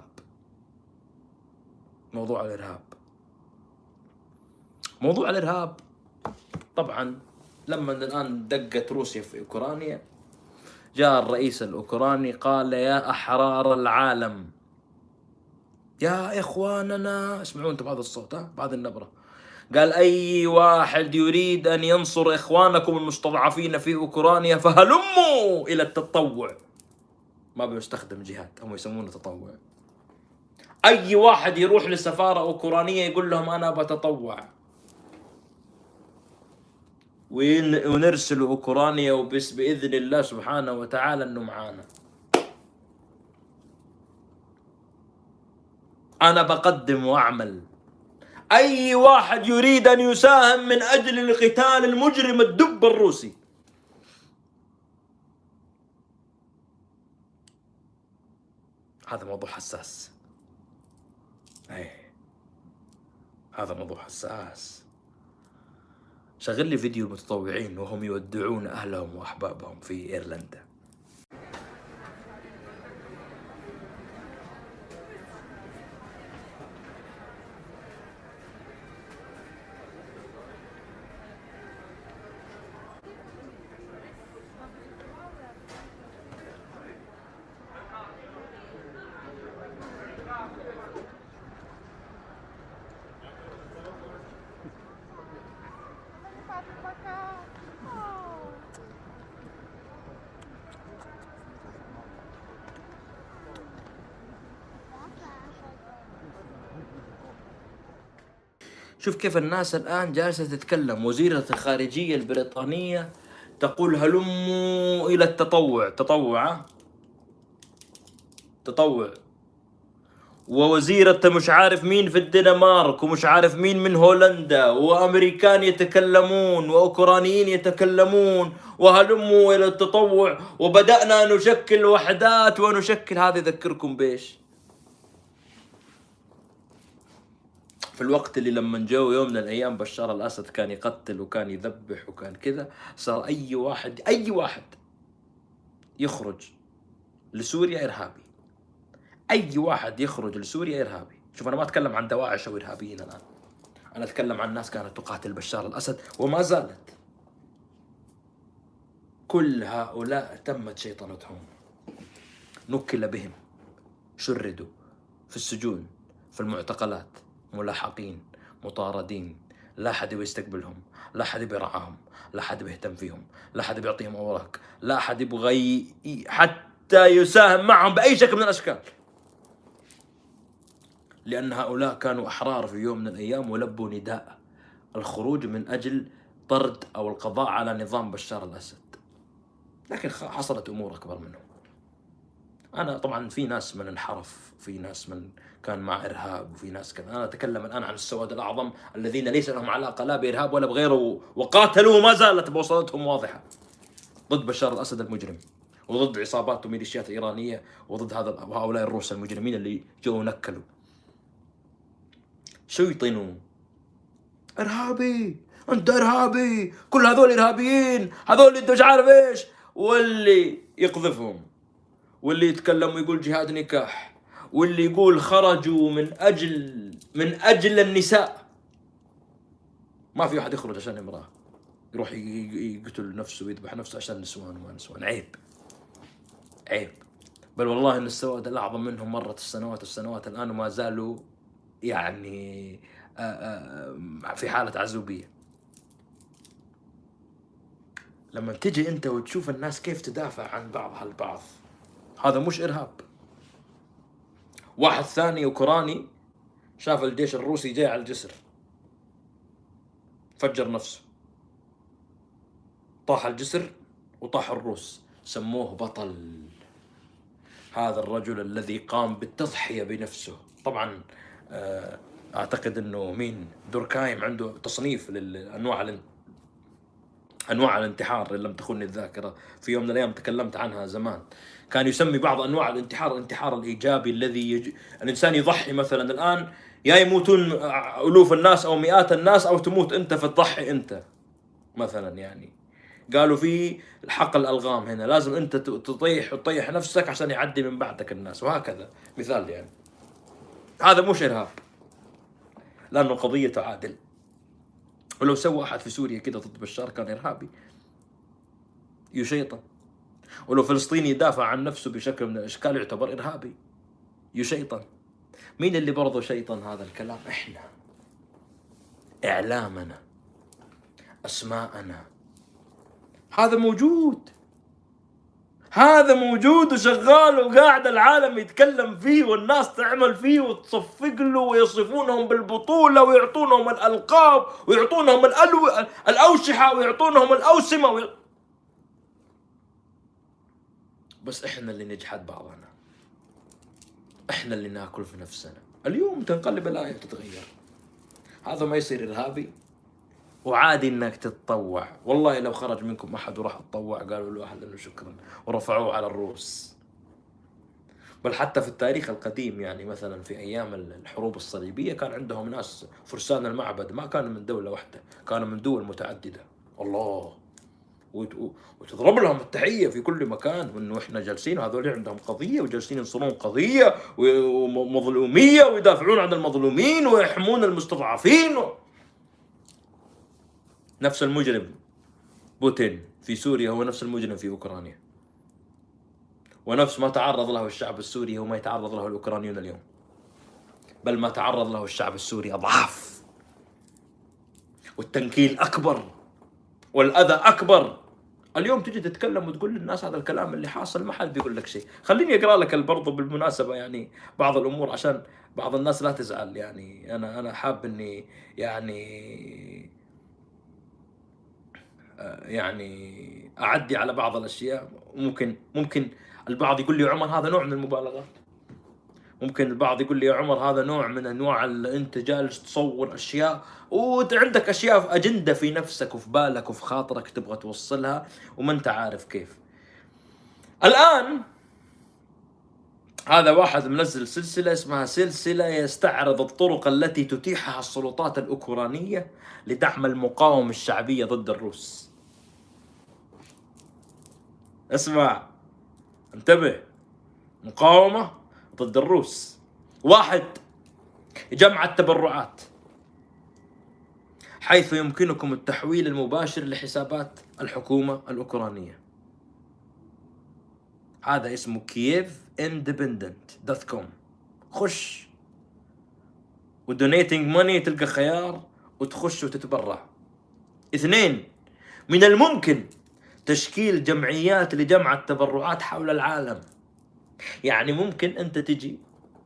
موضوع الإرهاب طبعا لما الآن دقت روسيا في أوكرانيا، جاء الرئيس الأوكراني قال يا أحرار العالم، يا إخواننا، اسمعوا أنتم بعض الصوت بعض النبرة، قال أي واحد يريد أن ينصر إخوانكم المستضعفين في أوكرانيا فهلموا إلى التطوع. ما بيستخدم جهاد، هم يسمونه تطوع. أي واحد يروح لسفارة أوكرانية يقول لهم أنا بتطوع، ونرسل أوكرانيا وبس بإذن الله سبحانه وتعالى أنه معانا. أنا بقدم وأعمل. أي واحد يريد أن يساهم من أجل القتال المجرم الدب الروسي. هذا موضوع حساس. هذا موضوع حساس. شغل لي فيديو المتطوعين وهم يودعون أهلهم وأحبابهم في إيرلندا. شوف كيف الناس الآن جالسة تتكلم. وزيرة الخارجية البريطانية تقول هلموا إلى التطوع. تطوع تطوع، ووزيرة مش عارف مين في الدنمارك ومش عارف مين من هولندا، وأمريكان يتكلمون وأوكرانيين يتكلمون، وهلموا إلى التطوع وبدأنا نشكل وحدات ونشكل. هذا يذكركم بيش؟ في الوقت اللي لما جو يوم من الأيام بشار الأسد كان يقتل وكان يذبح وكان كذا، صار أي واحد يخرج لسوريا إرهابي. أي واحد يخرج لسوريا إرهابي. شوف أنا ما أتكلم عن دواعش أو إرهابيين الآن، أنا أتكلم عن ناس كانت تقاتل بشار الأسد وما زالت. كل هؤلاء تمت شيطنتهم، نكل بهم، شردوا في السجون، في المعتقلات، ملاحقين، مطاردين، لا حد بيستقبلهم، لا حد بيرعاهم، لا حد بيهتم فيهم، لا حد بيعطيهم أوراق، لا حد يبغى حتى يساهم معهم بأي شكل من الأشكال، لأن هؤلاء كانوا أحرار في يوم من الأيام ولبوا نداء الخروج من أجل طرد أو القضاء على نظام بشار الأسد. لكن حصلت أمور أكبر منهم. أنا طبعا في ناس من انحرف، في ناس من كان مع إرهاب، وفي ناس كذا. أنا أتكلم الآن عن السواد الأعظم الذين ليس لهم علاقة لا بإرهاب ولا بغيره، وقاتلوا وما زالت بوصلتهم واضحة ضد بشار الأسد المجرم، وضد عصابات وميليشيات إيرانية، وضد هؤلاء الروس المجرمين اللي جو نكلوا. شو يطينوا؟ إرهابي، أنت إرهابي، كل هذول إرهابيين، هذول أنت مش عارف إيش، واللي يقذفهم، واللي يتكلم ويقول جهاد نكاح، واللي يقول خرجوا من أجل النساء. ما في واحد يخرج عشان امرأة يروح يقتل نفسه ويذبح نفسه عشان نسوان وما نسوان. عيب. بل والله إن السواد الأعظم منهم مرت السنوات الآن وما زالوا يعني في حالة عزوبية. لما تجي أنت وتشوف الناس كيف تدافع عن بعضها البعض، هذا مش إرهاب. واحد ثاني أوكراني شاف الجيش الروسي جاي على الجسر، فجر نفسه، طاح الجسر وطاح الروس، سموه بطل. هذا الرجل الذي قام بالتضحية بنفسه. طبعا أعتقد أنه دوركايم عنده تصنيف للأنواع الانتحار إن لم تخني الذاكرة، في يوم من الأيام تكلمت عنها زمان. كان يسمي بعض أنواع الانتحار الإيجابي الذي الإنسان يضحي. مثلا الآن يا يموتون ألوف الناس أو مئات الناس، أو تموت أنت فتضحي أنت مثلا. يعني قالوا في حقل الألغام هنا لازم أنت تطيح نفسك عشان يعدي من بعدك الناس، وهكذا مثال. يعني هذا مش إرهاب لأنه قضية عادل. ولو سوى أحد في سوريا كده ضد بشار كان إرهابي يشيطن. ولو فلسطيني يدافع عن نفسه بشكل من الأشكال يعتبر إرهابي يشيطن. مين اللي برضو شيطن هذا الكلام؟ إحنا، إعلامنا، أسماءنا. هذا موجود وشغال وقاعد العالم يتكلم فيه والناس تعمل فيه وتصفق له ويصفونهم بالبطولة ويعطونهم الألقاب ويعطونهم الأوشحة ويعطونهم الأوسمة بس إحنا اللي نجحد بعضنا، إحنا اللي ناكل في نفسنا. اليوم تنقلب الآية وتتغير. هذا ما يصير إرهابي، وعادي انك تتطوع. والله لو خرج منكم احد وراح تطوع قالوا له اهلا وشكرا ورفعوه على الروس. بل حتى في التاريخ القديم، يعني مثلا في ايام الحروب الصليبيه كان عندهم ناس فرسان المعبد ما كانوا من دوله واحده، كانوا من دول متعدده. الله، وتضرب لهم التحيه في كل مكان، وانه احنا جالسين وهذول عندهم قضيه وجالسين ينصرون قضيه ومظلوميه ويدافعون عن المظلومين ويحمون المستضعفين. نفس المجرم بوتين في سوريا هو نفس المجرم في أوكرانيا، ونفس ما تعرض له الشعب السوري هو ما يتعرض له الأوكرانيون اليوم، بل ما تعرض له الشعب السوري أضعاف، والتنكيل أكبر والأذى أكبر. اليوم تجي تتكلم وتقول للناس هذا الكلام اللي حاصل، ما حد بيقول لك شيء. خليني أقرأ لك برضو بالمناسبة يعني بعض الأمور عشان بعض الناس لا تزعل. يعني أنا حاب إني يعني أعدي على بعض الأشياء. ممكن البعض يقول لي عمر هذا نوع من المبالغات. ممكن البعض يقول لي يا عمر هذا نوع من انواع انت جالس تصور اشياء وعندك اشياء اجنده في نفسك وفي بالك وفي خاطرك تبغى توصلها وما انت عارف كيف. الان هذا واحد منزل سلسله اسمها سلسله يستعرض الطرق التي تتيحها السلطات الاوكرانيه لدعم المقاومه الشعبيه ضد الروس. اسمع، انتبه، مقاومه ضد الروس. واحد، جمع التبرعات حيث يمكنكم التحويل المباشر لحسابات الحكومة الأوكرانية. هذا اسمه KievIndependent.com. خش ودونيتنج ماني تلقى خيار وتخش وتتبرع. 2، من الممكن تشكيل جمعيات لجمع التبرعات حول العالم. يعني ممكن أنت تجي،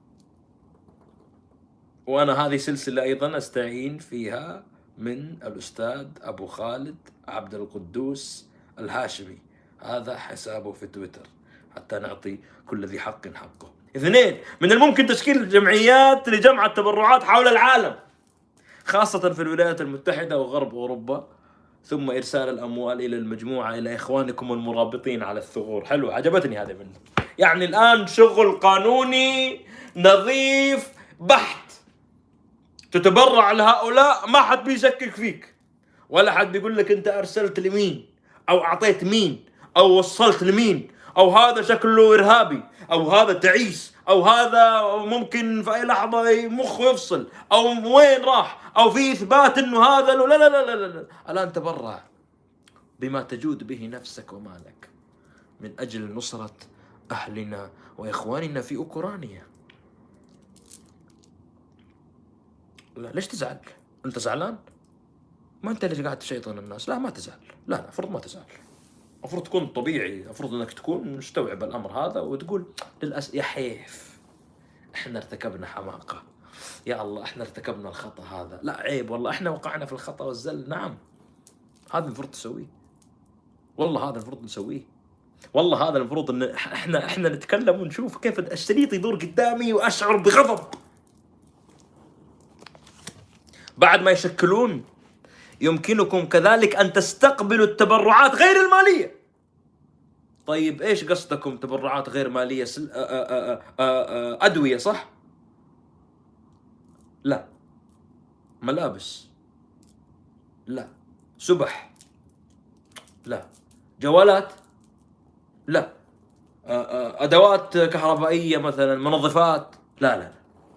وأنا هذه سلسلة أيضا أستعين فيها من الأستاذ أبو خالد عبد القدوس الهاشمي، هذا حسابه في تويتر حتى نعطي كل ذي حق حقه. 2، من الممكن تشكيل جمعيات لجمع التبرعات حول العالم خاصة في الولايات المتحدة وغرب أوروبا، ثم إرسال الأموال إلى المجموعة إلى إخوانكم المرابطين على الثغور. حلو، عجبتني هذا منه. يعني الآن شغل قانوني نظيف بحت، تتبرع لهؤلاء ما حد بيشكك فيك، ولا حد بيقول لك أنت أرسلت لمين أو أعطيت مين أو وصلت لمين أو هذا شكله إرهابي أو هذا تعيس أو هذا ممكن في أي لحظة مخه يفصل أو وين راح أو في إثبات إنه هذا. لا لا لا لا لا. الآن تبرع بما تجود به نفسك ومالك من أجل نصرة أهلنا وإخواننا في أوكرانيا. لا، ليش تزعل؟ أنت زعلان؟ ما أنت اللي قاعد تشيطن الناس. لا، ما تزعل. لا، المفروض ما تزعل. المفروض تكون طبيعي، المفروض انك تكون مستوعب الامر هذا وتقول للاسف يا حيف احنا ارتكبنا حماقه، يا الله احنا ارتكبنا الخطا هذا، لا عيب والله احنا وقعنا في الخطا والزل. نعم، هذا المفروض تسويه، والله هذا المفروض نسويه، والله هذا المفروض ان احنا نتكلم ونشوف كيف الشريط يدور قدامي واشعر بغضب. بعد ما يشكلون يمكنكم كذلك أن تستقبلوا التبرعات غير المالية. طيب إيش قصدكم تبرعات غير مالية؟ أدوية صح؟ لا. ملابس؟ لا. سبح؟ لا. جوالات؟ لا. أدوات كهربائية مثلا، منظفات؟ لا لا.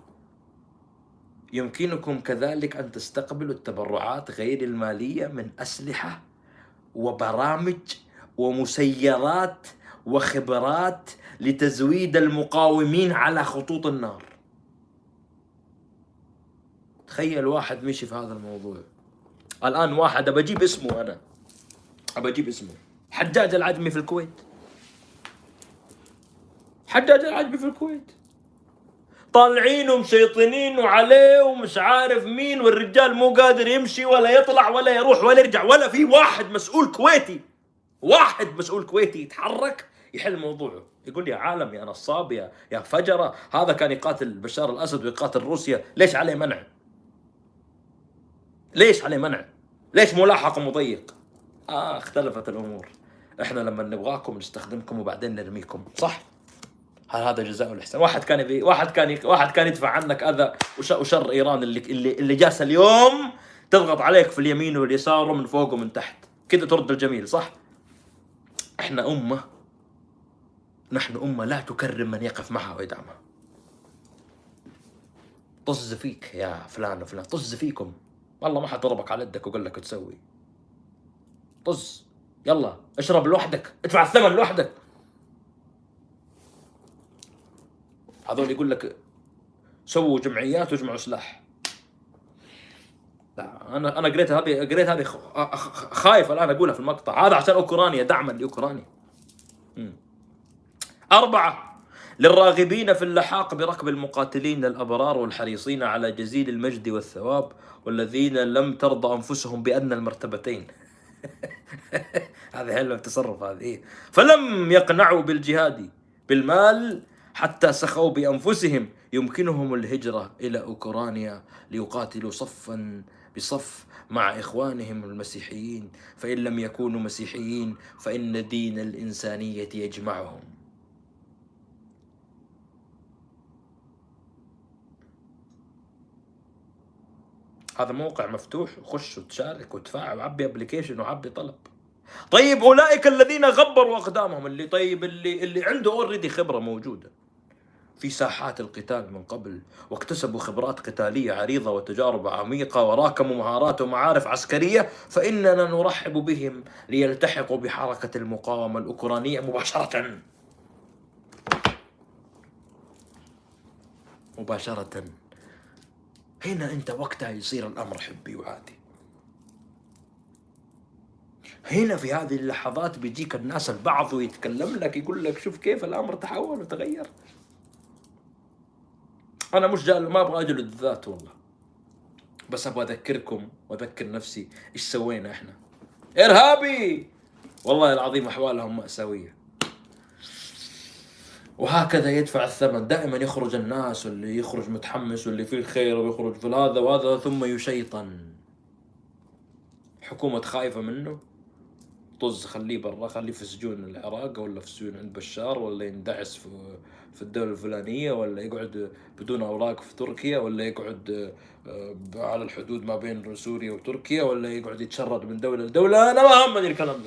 يمكنكم كذلك أن تستقبلوا التبرعات غير المالية من أسلحة وبرامج ومسيرات وخبرات لتزويد المقاومين على خطوط النار. تخيل واحد مشي في هذا الموضوع. الآن واحد أبجيب اسمه، أنا أبجيب اسمه، حجاج العجمي في الكويت. حجاج العجمي في الكويت طالعين ومشيطنين عليه ومش عارف مين، والرجال مو قادر يمشي ولا يطلع ولا يروح ولا يرجع، ولا في واحد مسؤول كويتي، واحد مسؤول كويتي يتحرك يحل موضوعه. يقول يا عالم يا نصاب يا فجرة، هذا كان يقاتل بشار الأسد ويقاتل روسيا، ليش عليه منع؟ ليش عليه منع؟ ليش ملاحق ومضيق؟ اختلفت الأمور. احنا لما نبغاكم نستخدمكم وبعدين نرميكم، صح؟ هذا جزاء الإحسان. واحد كان يدفع عنك أذى وشر إيران اللي جالسة اليوم تضغط عليك في اليمين واليسار ومن فوق ومن تحت، كده ترد الجميل، صح؟ نحن أمة لا تكرم من يقف معها ويدعمها. طز فيك يا فلان وفلان، طز فيكم، والله ما حد ضربك على يدك وقال لك تسوي. طز، يلا اشرب لوحدك، ادفع الثمن لوحدك. هذول يقول لك سووا جمعيات واجمعوا سلاح. لا، انا قريت هذه خايف الان اقولها في المقطع هذا عشان اوكرانيا، دعما لاوكرانيا. 4، للراغبين في اللحاق بركب المقاتلين الابرار والحريصين على جزيل المجد والثواب والذين لم ترضى انفسهم بادنى المرتبتين. هذه حلوه التصرف هذه. فلم يقنعوا بالجهاد بالمال حتى سخوا بأنفسهم يمكنهم الهجرة إلى أوكرانيا ليقاتلوا صفا بصف مع إخوانهم المسيحيين، فإن لم يكونوا مسيحيين فإن دين الإنسانية يجمعهم. هذا موقع مفتوح، خش وتشارك وتفاعل وعبي ابلكيشن وعبي طلب. طيب أولئك الذين غبروا أقدامهم، اللي عنده اوريدي خبرة موجودة في ساحات القتال من قبل، واكتسبوا خبرات قتالية عريضة وتجارب عميقة وراكموا مهارات ومعارف عسكرية، فإننا نرحب بهم ليلتحقوا بحركة المقاومة الأوكرانية مباشرة. هنا أنت وقتها يصير الأمر حبي وعادي. هنا في هذه اللحظات بيجيك الناس البعض ويتكلم لك يقول لك شوف كيف الأمر تحول وتغير. أنا مش جاي ما أبغى أجلد الذات والله، بس أبغى أذكركم وأذكر نفسي إيش سوينا إحنا. إرهابي والله العظيم أحوالهم مأساوية، وهكذا يدفع الثمن. دائما يخرج الناس واللي يخرج متحمس واللي فيه الخير ويخرج في هذا وهذا، ثم يشيطن. حكومة خايفة منه، طز خليه برا، خليه في سجون العراق ولا في سجون عند بشار، ولا يندعس في الدولة الفلانية، ولا يقعد بدون أوراق في تركيا، ولا يقعد على الحدود ما بين سوريا وتركيا، ولا يقعد يتشرد من دولة لدولة. أنا ما همني الكلام ده.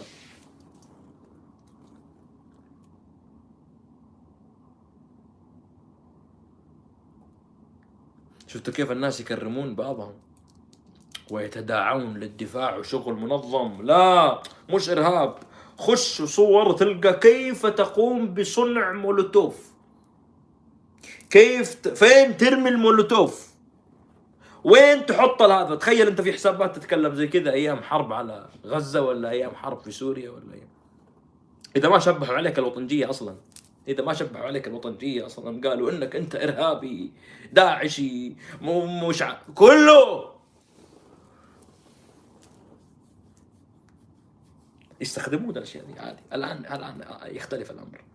شفتوا كيف الناس يكرمون بعضهم ويتداعون للدفاع وشغل منظم؟ لا مش إرهاب. خش وصور تلقى كيف تقوم بصنع مولوتوف، فين ترمي المولوتوف، وين تحط هذا. تخيل انت في حسابات تتكلم زي كذا ايام حرب على غزة ولا ايام حرب في سوريا ولا ايام. اذا ما شبهوا عليك الوطنجية اصلا، قالوا انك انت ارهابي داعشي مش كله يستخدمون الاشياء دي عادي. الان يختلف الامر.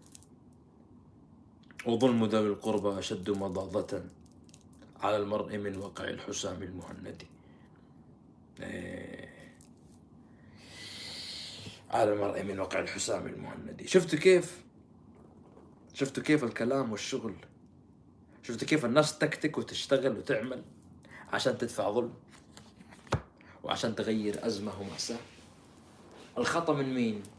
وظلم ذوي القربى اشد مضاضة على المرء من وقع الحسام المهندي. على المرء من وقع الحسام المهندي. شفتوا كيف الكلام والشغل؟ شفتوا كيف الناس تكتك وتشتغل وتعمل عشان تدفع ظلم وعشان تغير أزمة ومأساة؟ الخطأ من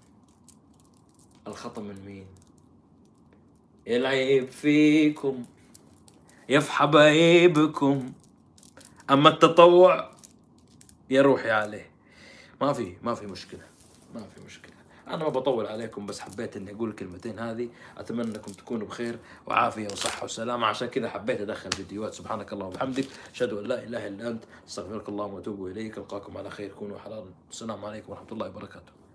مين؟ العيب فيكم يا في حبايبكم، أما التطوع يا روحي عليه. ما في مشكلة. أنا ما بطول عليكم، بس حبيت إني أقول كلمتين هذه. أتمنى أنكم تكونوا بخير وعافية وصحة وسلامة، عشان كذا حبيت أدخل فيديوهات. سبحانك اللهم وبحمدك، أشهد أن لا إله إلا أنت، أستغفرك اللهم وأتوب إليك. ألقاكم على خير، كونوا حلال. السلام عليكم ورحمة الله وبركاته.